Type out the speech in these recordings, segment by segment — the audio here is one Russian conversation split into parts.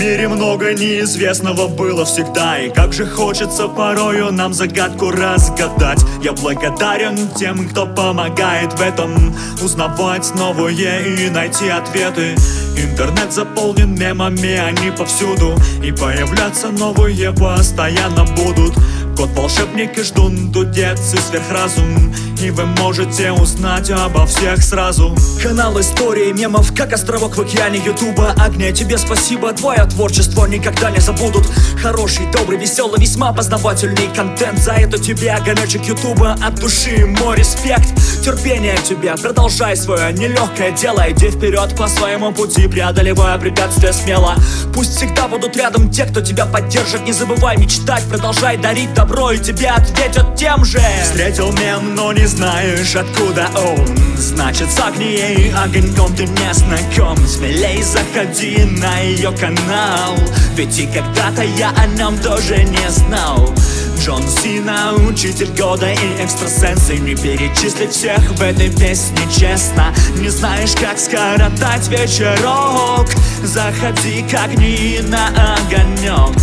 мире много неизвестного было всегда, и как же хочется порою нам загадку разгадать. Я благодарен тем, кто помогает в этом, узнавать новое и найти ответы. Интернет заполнен мемами, они повсюду, и появляться новые постоянно будут. Кот волшебник и ждун, дудец и сверхразум, и вы можете узнать обо всех сразу. Канал истории мемов, как островок в океане ютуба. Агния, тебе спасибо, твое творчество никогда не забудут. Хороший, добрый, веселый, весьма познавательный контент. За это тебе огонечек ютуба от души, мой респект. Терпение тебе, продолжай свое нелегкое дело. Иди вперед по своему пути, преодолевая препятствия смело. Пусть всегда будут рядом те, кто тебя поддержит. Не забывай мечтать, продолжай дарить добро, и тебе ответят тем же. Встретил мем, но не знаешь, откуда он. Значит, с Агнией огоньком ты не знаком. Смелей заходи на ее канал, ведь и когда-то я о нем тоже не знал. Джон Сина, учитель года и экстрасенсы. Не перечислить всех в этой песне честно. Не знаешь, как скоротать вечерок? Заходи к Агнии на огонек.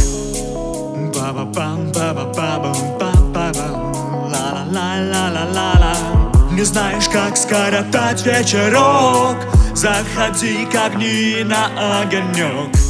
Не знаешь, как скоротать вечерок? Заходи к Агнии на огонек.